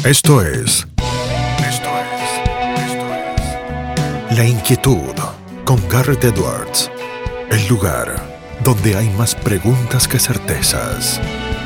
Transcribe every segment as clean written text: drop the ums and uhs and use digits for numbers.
Esto es, esto es La Inquietud con Garrett Edwards. El lugar donde hay más preguntas que certezas.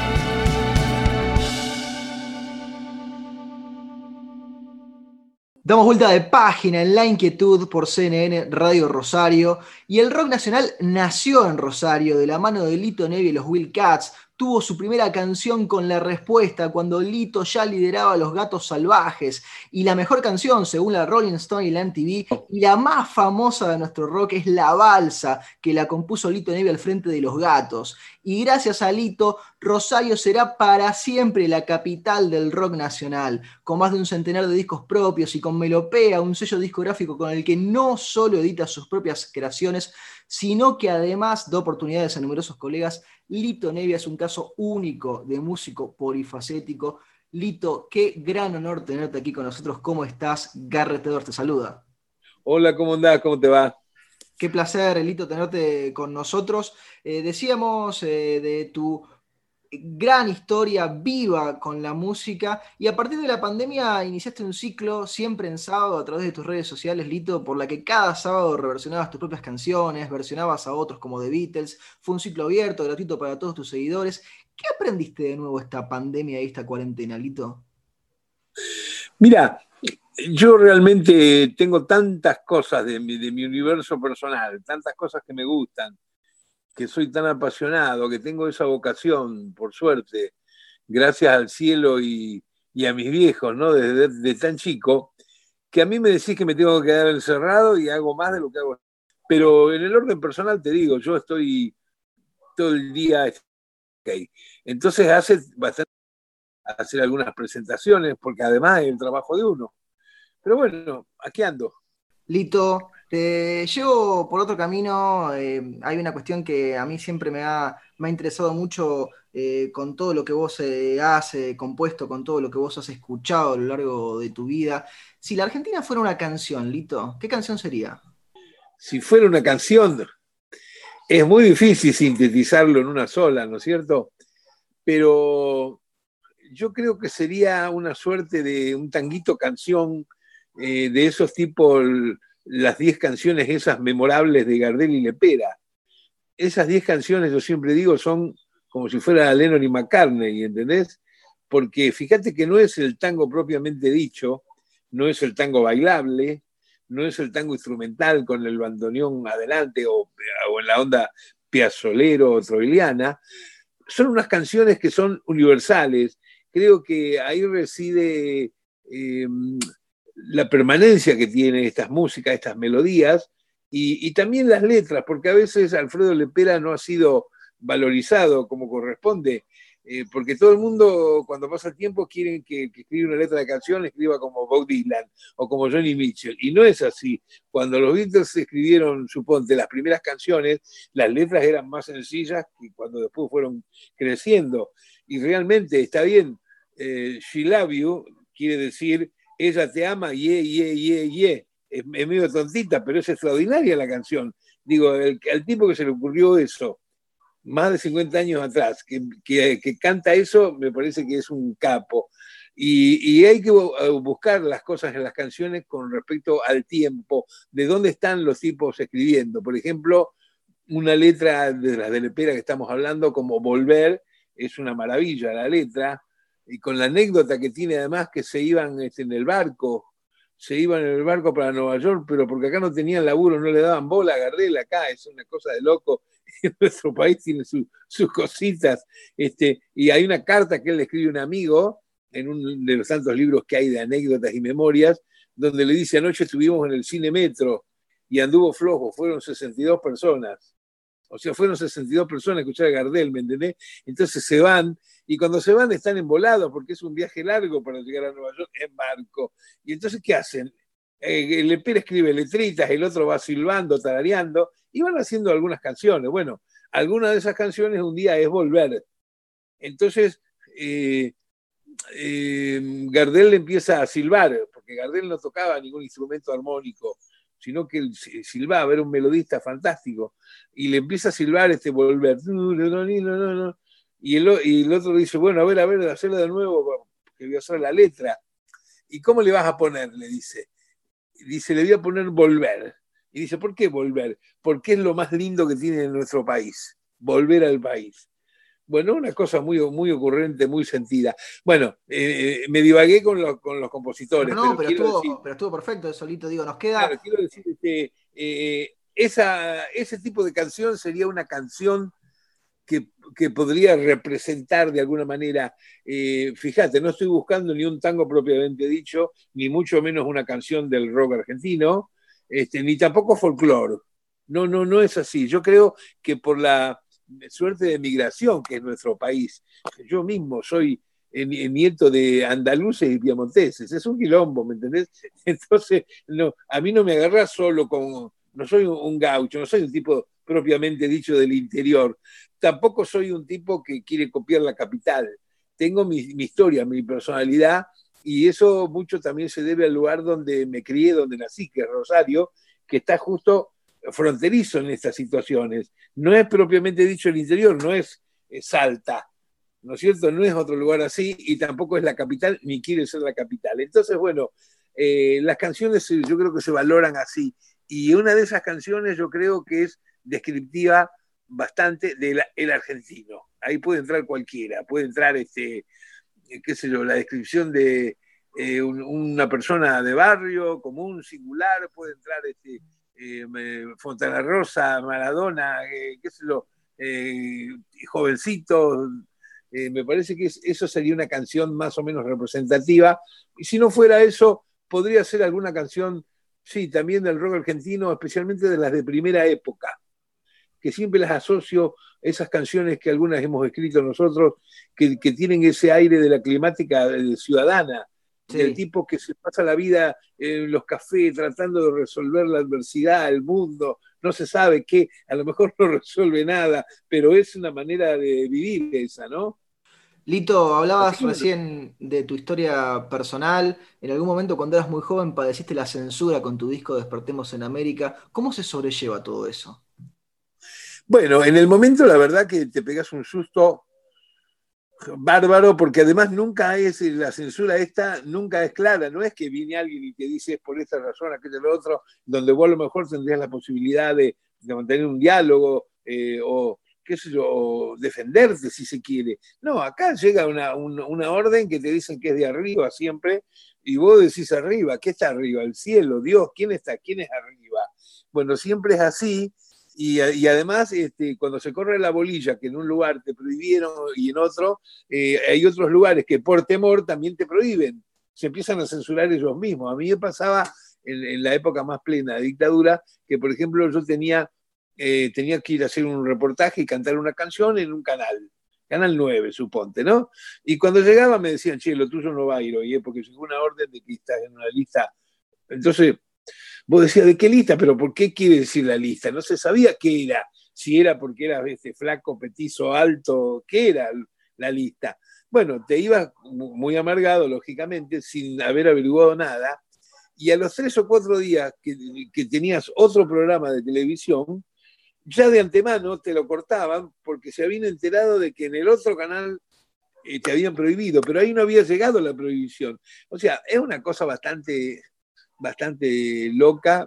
Damos vuelta de página en La Inquietud por CNN Radio Rosario, y el rock nacional nació en Rosario de la mano de Lito Nevia y los Wildcats. Tuvo su primera canción con La Respuesta cuando Lito ya lideraba a Los Gatos Salvajes, y la mejor canción según la Rolling Stone y la MTV, y la más famosa de nuestro rock, es La Balsa, que la compuso Lito Nevia al frente de Los Gatos. Y gracias a Lito, Rosario será para siempre la capital del rock nacional, con más de un centenar de discos propios y con Melopea, un sello discográfico con el que no solo edita sus propias creaciones, sino que además da oportunidades a numerosos colegas. Lito Nevia es un caso único de músico polifacético. Lito, qué gran honor tenerte aquí con nosotros. ¿Cómo estás? Garrett Edwards te saluda. Hola, ¿cómo andás? ¿Cómo te va? Qué placer, Lito, tenerte con nosotros. Decíamos de tu gran historia viva con la música, y a partir de la pandemia iniciaste un ciclo siempre en sábado a través de tus redes sociales, Lito, por la que cada sábado reversionabas tus propias canciones, versionabas a otros como The Beatles. Fue un ciclo abierto, gratuito para todos tus seguidores. ¿Qué aprendiste de nuevo esta pandemia y esta cuarentena, Lito? Mira, yo realmente tengo tantas cosas de mi universo personal, tantas cosas que me gustan, que soy tan apasionado, que tengo esa vocación, por suerte, gracias al cielo y a mis viejos, ¿no? Desde tan chico, que a mí me decís que me tengo que quedar encerrado y hago más de lo que hago. Pero en el orden personal te digo, yo estoy todo el día, okay. Entonces hace bastante hacer algunas presentaciones, porque además es el trabajo de uno. Pero bueno, aquí ando. Lito, te llevo por otro camino. Hay una cuestión que a mí siempre me ha interesado mucho, con todo lo que vos has compuesto, con todo lo que vos has escuchado a lo largo de tu vida. Si la Argentina fuera una canción, Lito, ¿qué canción sería? Si fuera una canción, es muy difícil sintetizarlo en una sola, ¿no es cierto? Pero yo creo que sería una suerte de un tanguito canción, de esos tipos, las 10 canciones esas memorables de Gardel y Lepera. Esas 10 canciones, yo siempre digo, son como si fuera Lennon y McCartney, ¿entendés? Porque fíjate que no es el tango propiamente dicho, no es el tango bailable, no es el tango instrumental con el bandoneón adelante o en la onda piazzolero o troiliana. Son unas canciones que son universales. Creo que ahí reside la permanencia que tienen estas músicas, estas melodías, y también las letras, porque a veces Alfredo Lepera no ha sido valorizado como corresponde, porque todo el mundo cuando pasa el tiempo quiere que escriba una letra de canción, escriba como Bob Dylan o como Johnny Mitchell, y no es así. Cuando los Beatles escribieron, suponte, las primeras canciones, las letras eran más sencillas que cuando después fueron creciendo, y realmente está bien. She Love You quiere decir ella te ama, yeah. Es medio tontita, pero es extraordinaria la canción. Digo, al tipo que se le ocurrió eso, más de 50 años atrás, que canta eso, me parece que es un capo. Y hay que buscar las cosas en las canciones con respecto al tiempo, de dónde están los tipos escribiendo. Por ejemplo, una letra de las de Lepera que estamos hablando, como Volver, es una maravilla la letra, y con la anécdota que tiene además que se iban en el barco, se iban en el barco para Nueva York, pero porque acá no tenían laburo, no le daban bola a Gardel acá, es una cosa de loco. En nuestro país tiene sus cositas. Y hay una carta que él le escribe a un amigo, en uno de los tantos libros que hay de anécdotas y memorias, donde le dice: anoche estuvimos en el Cine Metro y anduvo flojo, fueron 62 personas. O sea, fueron 62 personas a escuchar a Gardel, ¿me entendés? Entonces se van, y cuando se van están embolados porque es un viaje largo para llegar a Nueva York en barco. Y entonces, ¿qué hacen? El Lepera escribe letritas, el otro va silbando, tarareando, y van haciendo algunas canciones. Bueno, alguna de esas canciones un día es Volver. Entonces, Gardel empieza a silbar, porque Gardel no tocaba ningún instrumento armónico, sino que él silbaba, era un melodista fantástico, y le empieza a silbar Volver. Y el otro dice: bueno, a ver, hacerlo de nuevo, que voy a hacer la letra. ¿Y cómo le vas a poner? Le dice. Dice, le voy a poner Volver. Y dice, ¿por qué Volver? Porque es lo más lindo que tiene en nuestro país, volver al país. Bueno, una cosa muy, muy ocurrente, muy sentida. Bueno, me divagué con los compositores, No, pero quiero decir, pero estuvo perfecto eso, Lito. Digo, nos queda. claro, quiero decir que ese tipo de canción sería una canción que podría representar de alguna manera, fíjate, no estoy buscando ni un tango propiamente dicho, ni mucho menos una canción del rock argentino, ni tampoco folclore. No, no, no es así. Yo creo que por la suerte de migración que es nuestro país, yo mismo soy nieto de andaluces y piamonteses, es un quilombo, ¿me entendés? Entonces, no, a mí no me agarrás solo con, no soy un gaucho, no soy un tipo propiamente dicho del interior, tampoco soy un tipo que quiere copiar la capital, tengo mi historia, mi personalidad, y eso mucho también se debe al lugar donde me crié, donde nací, que es Rosario, que está justo fronterizo en estas situaciones. No es propiamente dicho el interior, no es Salta, ¿no es cierto? No es otro lugar así y tampoco es la capital, ni quiere ser la capital. Entonces, bueno, las canciones yo creo que se valoran así. Y una de esas canciones yo creo que es descriptiva bastante del argentino. Ahí puede entrar cualquiera, puede entrar, qué sé yo, la descripción de una persona de barrio, común, singular, puede entrar Fontana Rosa, Maradona, qué sé yo, jovencito. Me parece que eso sería una canción más o menos representativa. Y si no fuera eso, podría ser alguna canción, sí, también del rock argentino, especialmente de las de primera época, que siempre las asocio, esas canciones que algunas hemos escrito nosotros, que tienen ese aire de la climática ciudadana, del Sí. tipo que se pasa la vida en los cafés tratando de resolver la adversidad, el mundo, no se sabe qué, a lo mejor no resuelve nada, pero es una manera de vivir esa, ¿no? Lito, Así hablabas que bueno, recién de tu historia personal. En algún momento, cuando eras muy joven, padeciste la censura con tu disco Despertemos en América. ¿Cómo se sobrelleva todo eso? bueno, en el momento la verdad que te pegas un susto bárbaro, porque además nunca es, la censura esta nunca es clara, no es que viene alguien y te dice es por esta razón, aquello, lo otro, donde vos a lo mejor tendrías la posibilidad de mantener un diálogo o qué sé yo, o defenderte si se quiere. No, acá llega una orden que te dicen que es de arriba siempre, y vos decís arriba, ¿qué está arriba? El cielo, Dios, ¿quién está? ¿Quién es arriba? Bueno, siempre es así, y además, cuando se corre la bolilla, que en un lugar te prohibieron y en otro, hay otros lugares que por temor también te prohíben. Se empiezan a censurar ellos mismos. A mí me pasaba en la época más plena de dictadura que, por ejemplo, yo tenía que ir a hacer un reportaje y cantar una canción en un Canal 9, suponte, ¿no? Y cuando llegaba me decían, che, lo tuyo no va a ir hoy, porque llegó una orden de que estás en una lista. Entonces, vos decías, ¿de qué lista? Pero ¿por qué quiere decir la lista? No se sabía qué era, si era porque era flaco, petizo, alto, qué era la lista. Bueno, te ibas muy amargado, lógicamente, sin haber averiguado nada, y a los 3 o 4 días que tenías otro programa de televisión, ya de antemano te lo cortaban porque se habían enterado de que en el otro canal te habían prohibido, pero ahí no había llegado la prohibición. O sea, es una cosa bastante loca,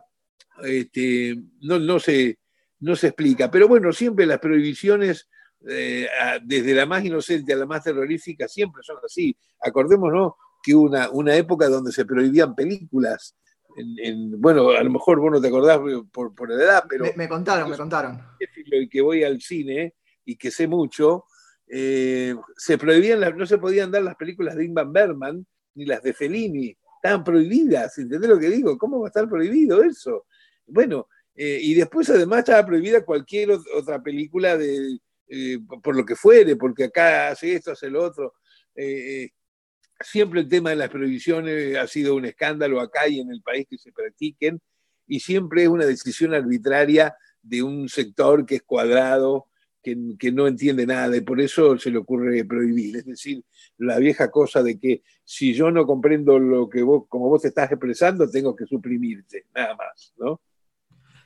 no se explica. Pero bueno, siempre las prohibiciones, desde la más inocente a la más terrorífica, siempre son así. Acordémonos que hubo una época donde se prohibían películas. Bueno, a lo mejor vos no te acordás por la edad, pero Me contaron, yo me soy contaron. cinéfilo y que voy al cine y que sé mucho, se prohibían no se podían dar las películas de Ingmar Bergman ni las de Fellini, estaban prohibidas, ¿entendés lo que digo? ¿Cómo va a estar prohibido eso? Bueno, y después además estaba prohibida cualquier otra película por lo que fuere, porque acá hace esto, hace lo otro. Siempre el tema de las prohibiciones ha sido un escándalo acá y en el país que se practiquen, y siempre es una decisión arbitraria de un sector que es cuadrado, que no entiende nada, y por eso se le ocurre prohibir. Es decir, la vieja cosa de que si yo no comprendo lo que vos, como vos te estás expresando, tengo que suprimirte, nada más, ¿no?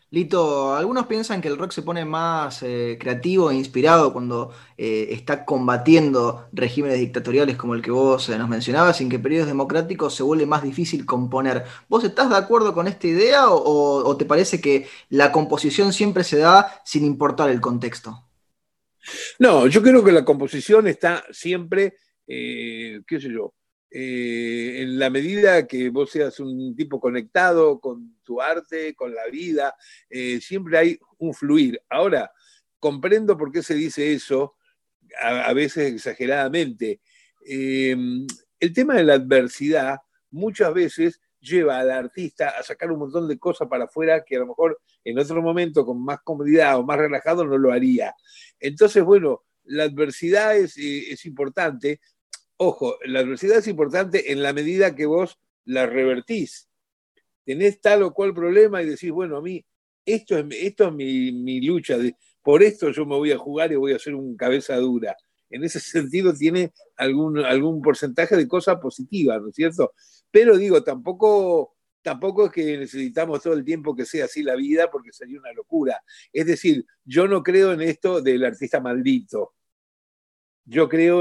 Lito, algunos piensan que el rock se pone más creativo e inspirado cuando está combatiendo regímenes dictatoriales como el que vos nos mencionabas, y en que periodos democráticos se vuelve más difícil componer. ¿Vos estás de acuerdo con esta idea o te parece que la composición siempre se da sin importar el contexto? No, yo creo que la composición está siempre, qué sé yo, en la medida que vos seas un tipo conectado con tu arte, con la vida, siempre hay un fluir. Ahora, comprendo por qué se dice eso, a veces exageradamente. Eh, el tema de la adversidad muchas veces lleva al artista a sacar un montón de cosas para afuera que a lo mejor en otro momento con más comodidad o más relajado no lo haría. Entonces, bueno, la adversidad es importante. Ojo, la adversidad es importante en la medida que vos la revertís. Tenés tal o cual problema y decís, bueno, a mí esto es mi lucha, por esto yo me voy a jugar y voy a hacer un cabeza dura. En ese sentido tiene algún porcentaje de cosas positivas, ¿no es cierto? Pero digo, tampoco es que necesitamos todo el tiempo que sea así la vida, porque sería una locura. Es decir, yo no creo en esto del artista maldito. Yo creo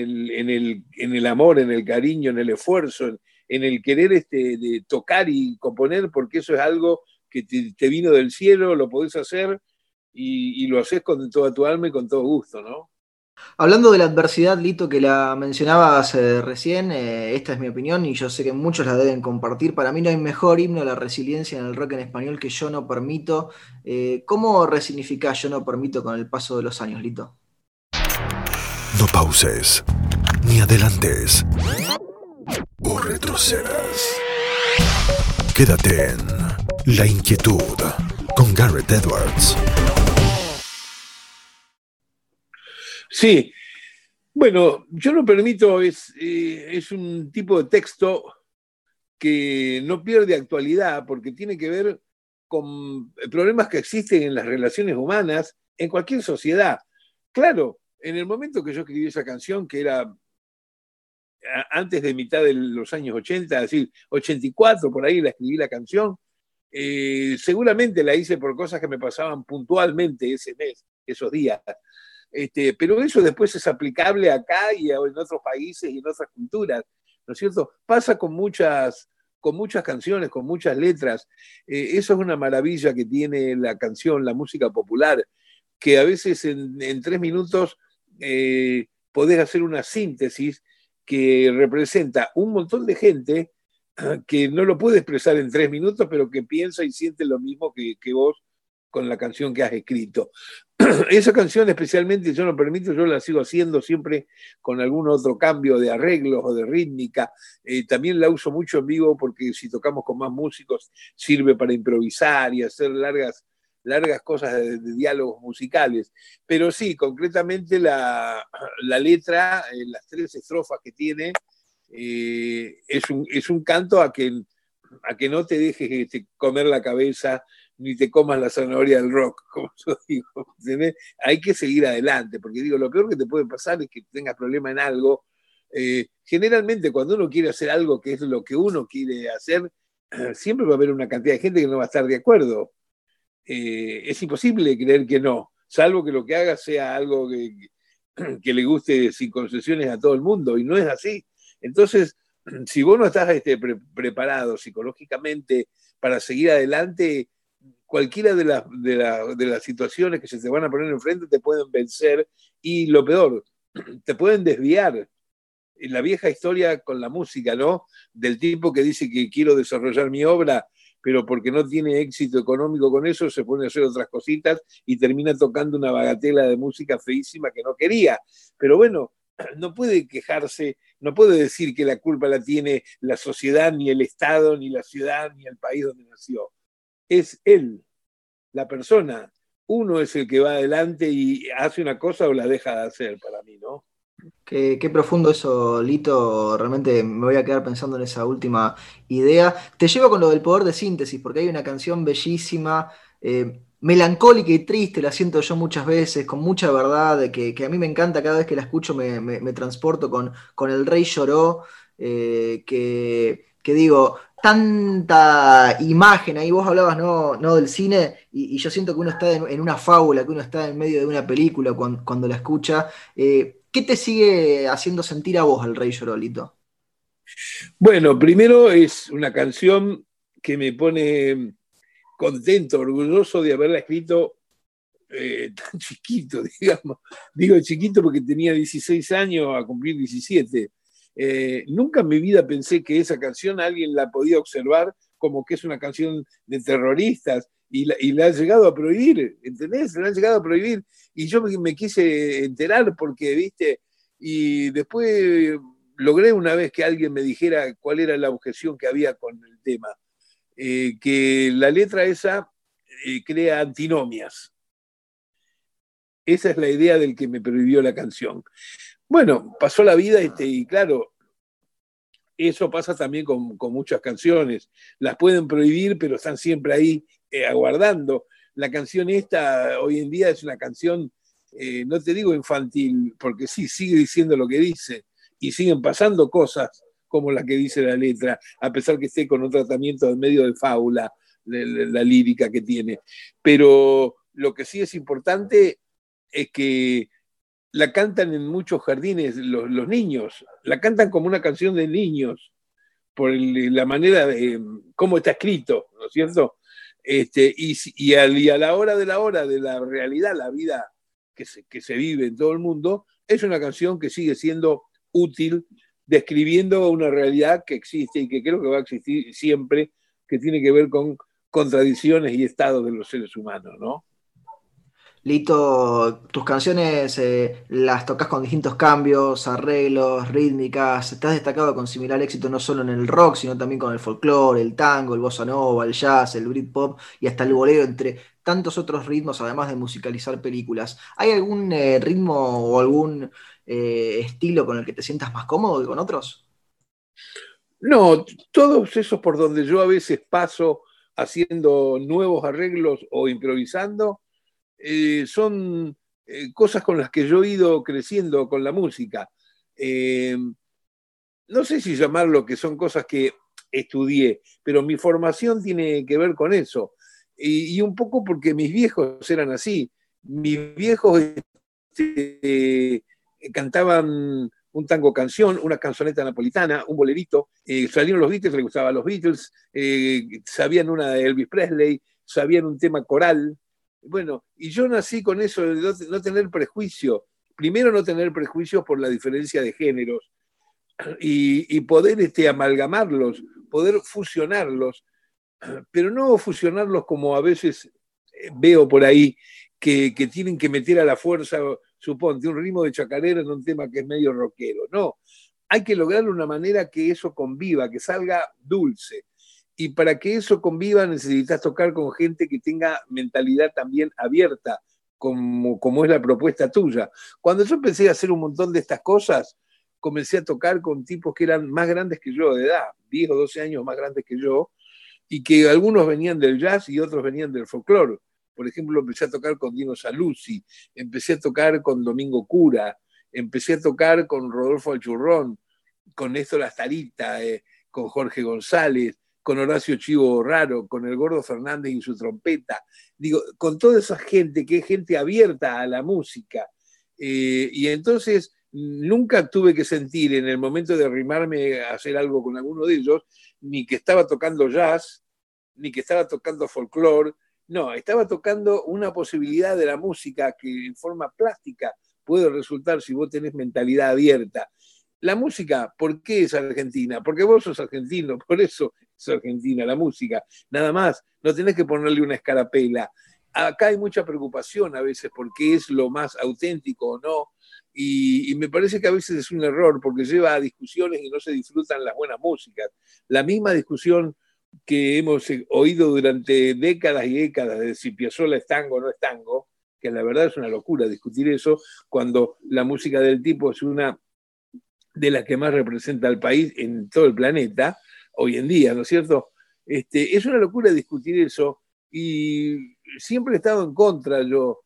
en el amor, en el cariño, en el esfuerzo, en el querer de tocar y componer, porque eso es algo que te vino del cielo, lo podés hacer y lo haces con toda tu alma y con todo gusto, ¿no? Hablando de la adversidad, Lito, que la mencionabas recién, esta es mi opinión y yo sé que muchos la deben compartir. Para mí no hay mejor himno a la resiliencia en el rock en español que Yo no permito. ¿Cómo resignificás Yo no permito con el paso de los años, Lito? No pauses, ni adelantes, o retrocedas. Quédate en La Inquietud con Gareth Edwards. Sí, bueno, Yo no permito es un tipo de texto que no pierde actualidad porque tiene que ver con problemas que existen en las relaciones humanas en cualquier sociedad. Claro, en el momento que yo escribí esa canción, que era antes de mitad de los años 80, es decir, 84, por ahí la escribí la canción, seguramente la hice por cosas que me pasaban puntualmente ese mes, esos días. Pero eso después es aplicable acá y en otros países y en otras culturas, ¿no es cierto? Pasa con muchas canciones, con muchas letras. Eso es una maravilla que tiene la canción, la música popular, que a veces en 3 minutos podés hacer una síntesis que representa un montón de gente que no lo puede expresar en 3 minutos, pero que piensa y siente lo mismo que vos con la canción que has escrito. Esa canción especialmente, Yo no permito, yo la sigo haciendo siempre con algún otro cambio de arreglos o de rítmica. También la uso mucho en vivo porque si tocamos con más músicos sirve para improvisar y hacer largas cosas de diálogos musicales. Pero sí, concretamente la letra, las 3 estrofas que tiene, es un canto a que no te dejes comer la cabeza ni te comas la zanahoria del rock, como yo digo. ¿Entendés? Hay que seguir adelante, porque digo, lo peor que te puede pasar es que tengas problema en algo. Generalmente cuando uno quiere hacer algo que es lo que uno quiere hacer, siempre va a haber una cantidad de gente que no va a estar de acuerdo. Es imposible creer que no, salvo que lo que haga sea algo que le guste sin concesiones a todo el mundo, y no es así. Entonces, si vos no estás preparado psicológicamente para seguir adelante, cualquiera de las situaciones que se te van a poner enfrente te pueden vencer y lo peor, te pueden desviar. En la vieja historia con la música, ¿no? Del tipo que dice que quiero desarrollar mi obra, pero porque no tiene éxito económico con eso, se pone a hacer otras cositas y termina tocando una bagatela de música feísima que no quería. Pero bueno, no puede quejarse, no puede decir que la culpa la tiene la sociedad, ni el Estado, ni la ciudad, ni el país donde nació. Es él, la persona. Uno es el que va adelante y hace una cosa o la deja de hacer, para mí, ¿no? Qué profundo eso, Lito. Realmente me voy a quedar pensando en esa última idea. Te llevo con lo del poder de síntesis, porque hay una canción bellísima, melancólica y triste, la siento yo muchas veces, con mucha verdad, que a mí me encanta, cada vez que la escucho me transporto con El Rey Lloró, que digo, tanta imagen ahí. Vos hablabas no del cine, y yo siento que uno está en una fábula, que uno está en medio de una película cuando la escucha. ¿Qué te sigue haciendo sentir a vos El Rey Lloró, Lito? Bueno, primero es una canción que me pone contento, orgulloso de haberla escrito tan chiquito, digamos. Digo chiquito porque tenía 16 años a cumplir 17. Nunca en mi vida pensé que esa canción alguien la podía observar como que es una canción de terroristas y la han llegado a prohibir, ¿entendés? La han llegado a prohibir y yo me quise enterar porque, viste, y después logré una vez que alguien me dijera cuál era la objeción que había con el tema, que la letra esa crea antinomias. Esa es la idea del que me prohibió la canción. Bueno, pasó la vida y claro, eso pasa también con muchas canciones. Las pueden prohibir, pero están siempre ahí aguardando. La canción esta hoy en día es una canción, no te digo infantil, porque sí, sigue diciendo lo que dice y siguen pasando cosas como las que dice la letra, a pesar que esté con un tratamiento de medio de fábula, la lírica que tiene. Pero lo que sí es importante es que la cantan en muchos jardines los niños, la cantan como una canción de niños, por la manera de cómo está escrito, ¿no es cierto? Y a la hora de la realidad, la vida que se vive en todo el mundo, es una canción que sigue siendo útil, describiendo una realidad que existe y que creo que va a existir siempre, que tiene que ver con contradicciones y estados de los seres humanos, ¿no? Lito, tus canciones las tocas con distintos cambios, arreglos, rítmicas. Estás destacado con similar éxito no solo en el rock, sino también con el folclore, el tango, el bossa nova, el jazz, el britpop y hasta el bolero, entre tantos otros ritmos, además de musicalizar películas. ¿Hay algún ritmo o algún estilo con el que te sientas más cómodo que con otros? No, todos esos por donde yo a veces paso haciendo nuevos arreglos o improvisando, son cosas con las que yo he ido creciendo con la música. Eh, no sé si llamarlo que son cosas que estudié, pero mi formación tiene que ver con eso. Y un poco porque mis viejos eran así. Mis viejos cantaban un tango canción, una canzoneta napolitana, un bolerito. Salieron los Beatles, les gustaban los Beatles, sabían una de Elvis Presley, sabían un tema coral. Bueno, y yo nací con eso de no tener prejuicio. Primero, no tener prejuicios por la diferencia de géneros y poder amalgamarlos, poder fusionarlos, pero no fusionarlos como a veces veo por ahí, que tienen que meter a la fuerza, suponte, un ritmo de chacarera en un tema que es medio rockero. No, hay que lograr una manera que eso conviva, que salga dulce. Y para que eso conviva necesitas tocar con gente que tenga mentalidad también abierta, como es la propuesta tuya. Cuando yo empecé a hacer un montón de estas cosas, comencé a tocar con tipos que eran más grandes que yo de edad, 10 o 12 años más grandes que yo, y que algunos venían del jazz y otros venían del folclore. Por ejemplo, empecé a tocar con Dino Saluzzi, empecé a tocar con Domingo Cura, empecé a tocar con Rodolfo Alchurrón, con Néstor Astarita, con Jorge González, con Horacio Chivo Raro, con el Gordo Fernández y su trompeta. Digo, con toda esa gente que es gente abierta a la música. Y entonces nunca tuve que sentir en el momento de arrimarme a hacer algo con alguno de ellos, ni que estaba tocando jazz, ni que estaba tocando folclore, no, estaba tocando una posibilidad de la música que en forma plástica puede resultar si vos tenés mentalidad abierta. La música, ¿por qué es argentina? Porque vos sos argentino, por eso es argentina la música, nada más, no tenés que ponerle una escarapela. Acá hay mucha preocupación a veces por qué es lo más auténtico o no, y me parece que a veces es un error porque lleva a discusiones y no se disfrutan las buenas músicas. La misma discusión que hemos oído durante décadas y décadas de si Piazzolla es tango o no es tango, que la verdad es una locura discutir eso cuando la música del tipo es una de las que más representa al país en todo el planeta, hoy en día, ¿no es cierto? Es una locura discutir eso y siempre he estado en contra yo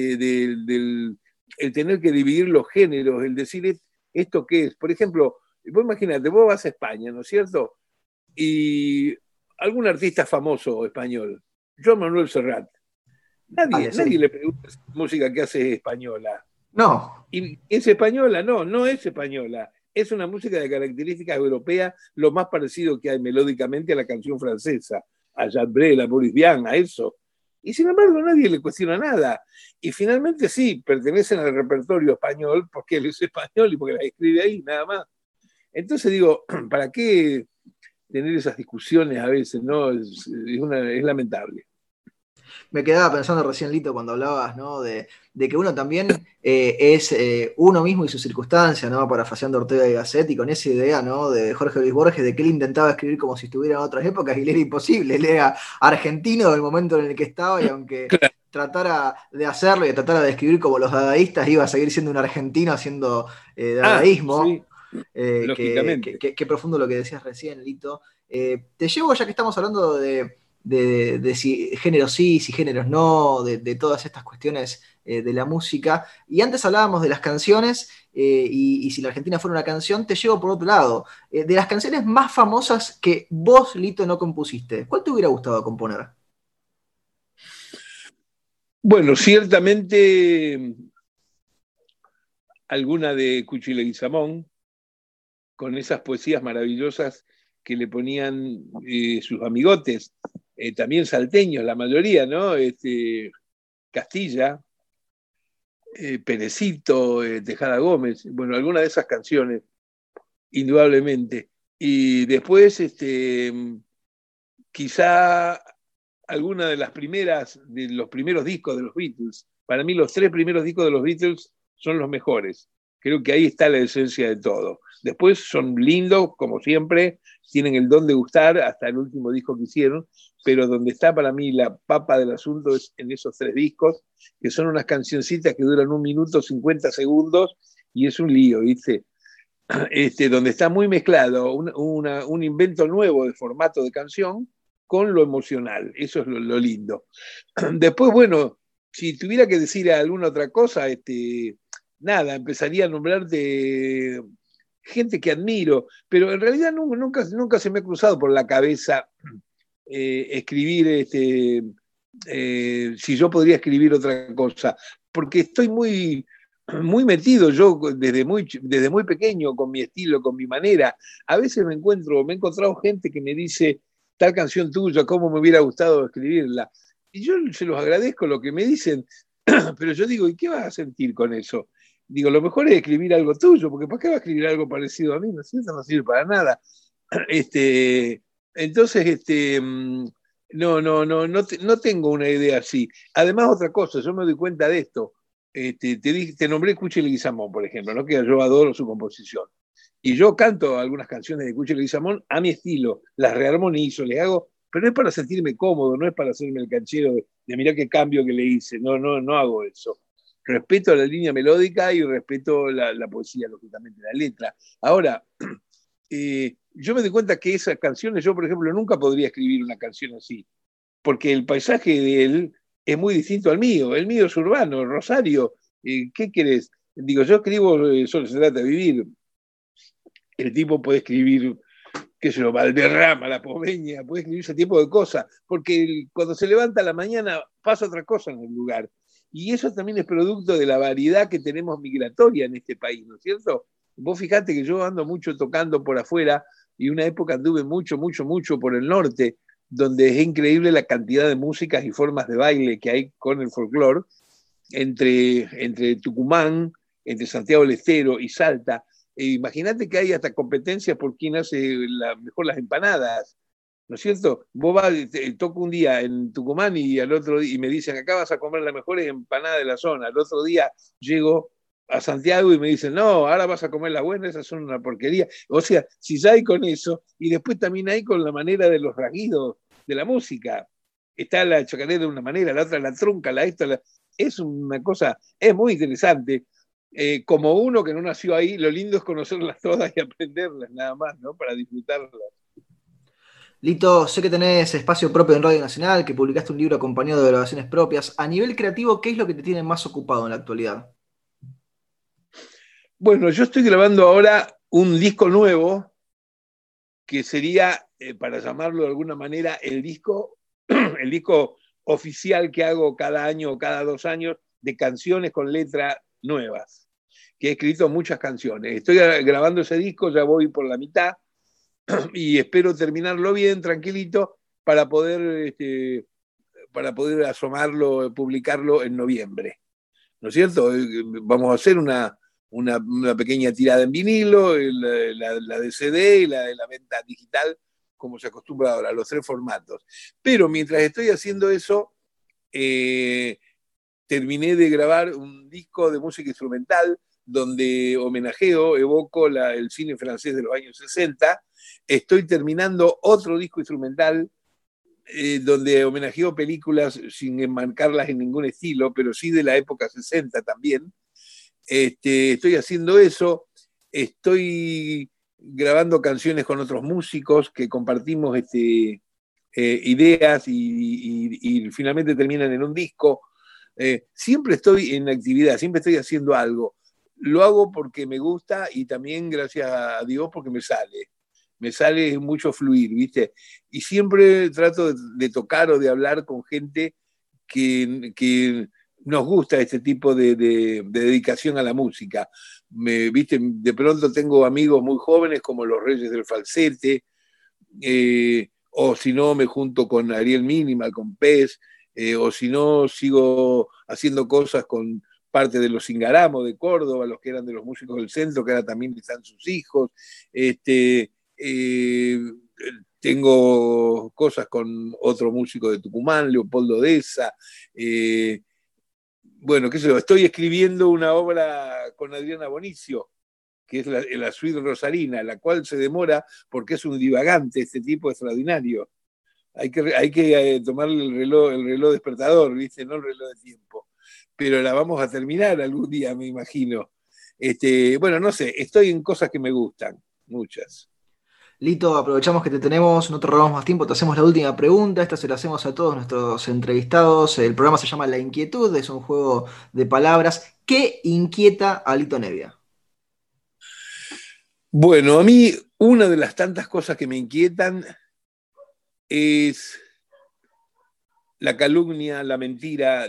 del el tener que dividir los géneros, el decir esto qué es. Por ejemplo, vos imagínate, vos vas a España, ¿no es cierto? y algún artista famoso español, Joan Manuel Serrat. Vale, Nadie sí. le pregunta si la música que hace es española. No, ¿Y es española? No, no es española. Es una música de características europeas, lo más parecido que hay melódicamente a la canción francesa, a Jacques Brel, a Boris Vian, a eso. Y sin embargo nadie le cuestiona nada. Y finalmente sí, pertenecen al repertorio español porque él es español y porque la escribe ahí, nada más. Entonces digo, ¿para qué tener esas discusiones a veces? ¿No? Es lamentable. me quedaba pensando recién, Lito, cuando hablabas, ¿no? De que uno también es uno mismo y su circunstancia, ¿no? Parafraseando Ortega y Gasset, y con esa idea, ¿no? De Jorge Luis Borges, de que él intentaba escribir como si estuviera en otras épocas, y le era imposible. Él era argentino del momento en el que estaba, y aunque tratara de hacerlo y tratara de escribir como los dadaístas, iba a seguir siendo un argentino haciendo Ah, dadaísmo. sí, lógicamente. Qué profundo lo que decías recién, Lito. Te llevo, ya que estamos hablando de si géneros sí, si géneros no, de todas estas cuestiones de la música. Y antes hablábamos de las canciones y si la Argentina fuera una canción, te llevo por otro lado. De las canciones más famosas que vos, Lito, no compusiste, ¿cuál te hubiera gustado componer? Bueno, ciertamente alguna de Cuchi Leguizamón, con esas poesías maravillosas que le ponían sus amigotes, también salteños, la mayoría, ¿no? Castilla, Perecito, Tejada Gómez, bueno, alguna de esas canciones, indudablemente. Y después, quizá alguna de las primeras, de los primeros discos de los Beatles. Para mí los 3 primeros discos de los Beatles son los mejores. Creo que ahí está la esencia de todo. Después son lindos, como siempre, tienen el don de gustar hasta el último disco que hicieron, pero donde está para mí la papa del asunto es en esos 3 discos, que son unas cancioncitas que duran 1 minuto 50 segundos y es un lío, ¿viste? Donde está muy mezclado un invento nuevo de formato de canción con lo emocional. Eso es lo lindo. Después, bueno, si tuviera que decir alguna otra cosa, nada, empezaría a nombrarte gente que admiro, pero en realidad nunca se me ha cruzado por la cabeza escribir, si yo podría escribir otra cosa, porque estoy muy metido yo desde muy pequeño con mi estilo, con mi manera. A veces me he encontrado gente que me dice, tal canción tuya, cómo me hubiera gustado escribirla. Y yo se los agradezco lo que me dicen, pero yo digo, ¿y qué vas a sentir con eso? Digo, lo mejor es escribir algo tuyo, porque ¿para qué va a escribir algo parecido a mí? No, eso no sirve para nada. Entonces, no tengo una idea así. Además, otra cosa, yo me doy cuenta de esto. Te nombré Cuchi Leguizamón, por ejemplo, ¿no? Que yo adoro su composición. Y yo canto algunas canciones de Cuchi Leguizamón a mi estilo, las rearmonizo, les hago, pero no es para sentirme cómodo, no es para hacerme el canchero de mirá qué cambio que le hice, no hago eso. Respeto la línea melódica y respeto la poesía, lógicamente, la letra. Ahora, yo me doy cuenta que esas canciones, yo por ejemplo nunca podría escribir una canción así, porque el paisaje de él es muy distinto al mío. El mío es urbano, Rosario. ¿Qué querés? Digo, yo escribo, solo se trata de vivir. El tipo puede escribir, qué sé yo, Valderrama, La Pomeña, puede escribir ese tipo de cosas, porque cuando se levanta a la mañana pasa otra cosa en el lugar. Y eso también es producto de la variedad que tenemos migratoria en este país, ¿no es cierto? Vos fijate que yo ando mucho tocando por afuera y una época anduve mucho por el norte, donde es increíble la cantidad de músicas y formas de baile que hay con el folclore entre Tucumán, entre Santiago del Estero y Salta. Imagínate que hay hasta competencias por quién hace mejor las empanadas, ¿no es cierto? Vos vas, toco un día en Tucumán y al otro día y me dicen, acá vas a comer las mejores empanadas de la zona. Al otro día llego a Santiago y me dicen, no, ahora vas a comer las buenas, esas son una porquería. O sea, si ya hay con eso, y después también hay con la manera de los rasguidos de la música. Está la chacarera de una manera, la otra la trunca, es una cosa, es muy interesante. Como uno que no nació ahí, lo lindo es conocerlas todas y aprenderlas nada más, ¿no? Para disfrutarlas. Lito, sé que tenés espacio propio en Radio Nacional, que publicaste un libro acompañado de grabaciones propias. A nivel creativo, ¿qué es lo que te tiene más ocupado en la actualidad? Bueno, yo estoy grabando ahora un disco nuevo que sería, para llamarlo de alguna manera, el disco oficial que hago cada año o cada 2 años de canciones con letras nuevas, que he escrito muchas canciones. Estoy grabando ese disco, ya voy por la mitad, y espero terminarlo bien, tranquilito, para poder asomarlo, publicarlo en noviembre. ¿No es cierto? Vamos a hacer una pequeña tirada en vinilo, la de CD y la venta digital, como se acostumbra ahora, los 3 formatos. Pero mientras estoy haciendo eso, terminé de grabar un disco de música instrumental donde evoco el cine francés de los años 60. Estoy terminando otro disco instrumental donde homenajeo películas sin enmarcarlas en ningún estilo, pero sí de la época 60 también. Estoy haciendo eso, estoy grabando canciones con otros músicos que compartimos ideas y finalmente terminan en un disco. Siempre estoy en actividad, siempre estoy haciendo algo. Lo hago porque me gusta y también, gracias a Dios, porque me sale mucho fluir, ¿viste? Y siempre trato de tocar o de hablar con gente que nos gusta este tipo de dedicación a la música. ¿Viste? De pronto tengo amigos muy jóvenes como los Reyes del Falsete, o si no me junto con Ariel Minimal, con Pez, o si no sigo haciendo cosas con parte de los Ingaramo de Córdoba, los que eran de los músicos del centro, que ahora también están sus hijos. Tengo cosas con otro músico de Tucumán, Leopoldo Deza. Bueno, qué sé yo, estoy escribiendo una obra con Adriana Bonicio, que es la suite rosarina, la cual se demora porque es un divagante, este tipo extraordinario. Hay que tomar el reloj despertador, ¿viste? No el reloj de tiempo. Pero la vamos a terminar algún día, me imagino. Bueno, no sé, estoy en cosas que me gustan, muchas. Lito, aprovechamos que te tenemos, no te robamos más tiempo, te hacemos la última pregunta, esta se la hacemos a todos nuestros entrevistados. El programa se llama La Inquietud, es un juego de palabras. ¿Qué inquieta a Lito Nevia? Bueno, a mí una de las tantas cosas que me inquietan es la calumnia, la mentira,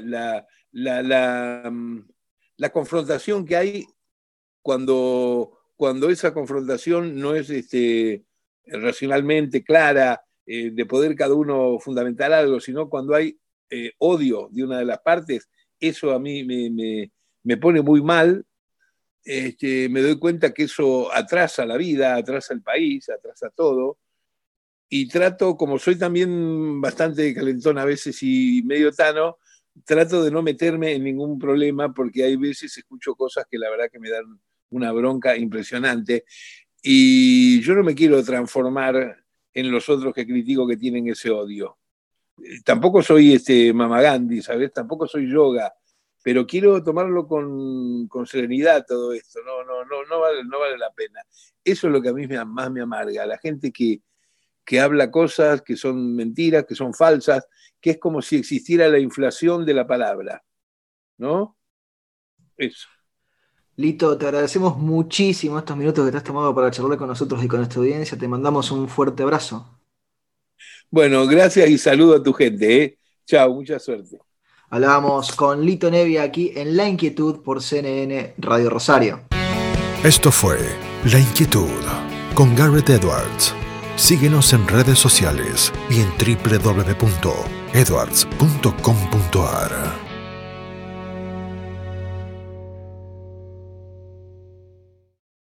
la confrontación que hay cuando esa confrontación no es racionalmente clara, de poder cada uno fundamentar algo, sino cuando hay odio de una de las partes. Eso a mí me pone muy mal. Me doy cuenta que eso atrasa la vida, atrasa el país, atrasa todo. Y trato, como soy también bastante calentón a veces y medio tano, trato de no meterme en ningún problema, porque hay veces escucho cosas que la verdad que me dan una bronca impresionante, y yo no me quiero transformar en los otros que critico que tienen ese odio. Tampoco soy Mama Gandhi, ¿sabes? Tampoco soy yoga, pero quiero tomarlo con serenidad todo esto. No vale la pena. Eso es lo que a mí más me amarga, la gente que habla cosas que son mentiras, que son falsas, que es como si existiera la inflación de la palabra, ¿no? Eso. Lito, te agradecemos muchísimo estos minutos que te has tomado para charlar con nosotros y con nuestra audiencia. Te mandamos un fuerte abrazo. Bueno, gracias y saludo a tu gente, ¿eh? Chao, mucha suerte. Hablábamos con Lito Nevia aquí en La Inquietud por CNN Radio Rosario. Esto fue La Inquietud con Garrett Edwards. Síguenos en redes sociales y en www.edwards.com.ar.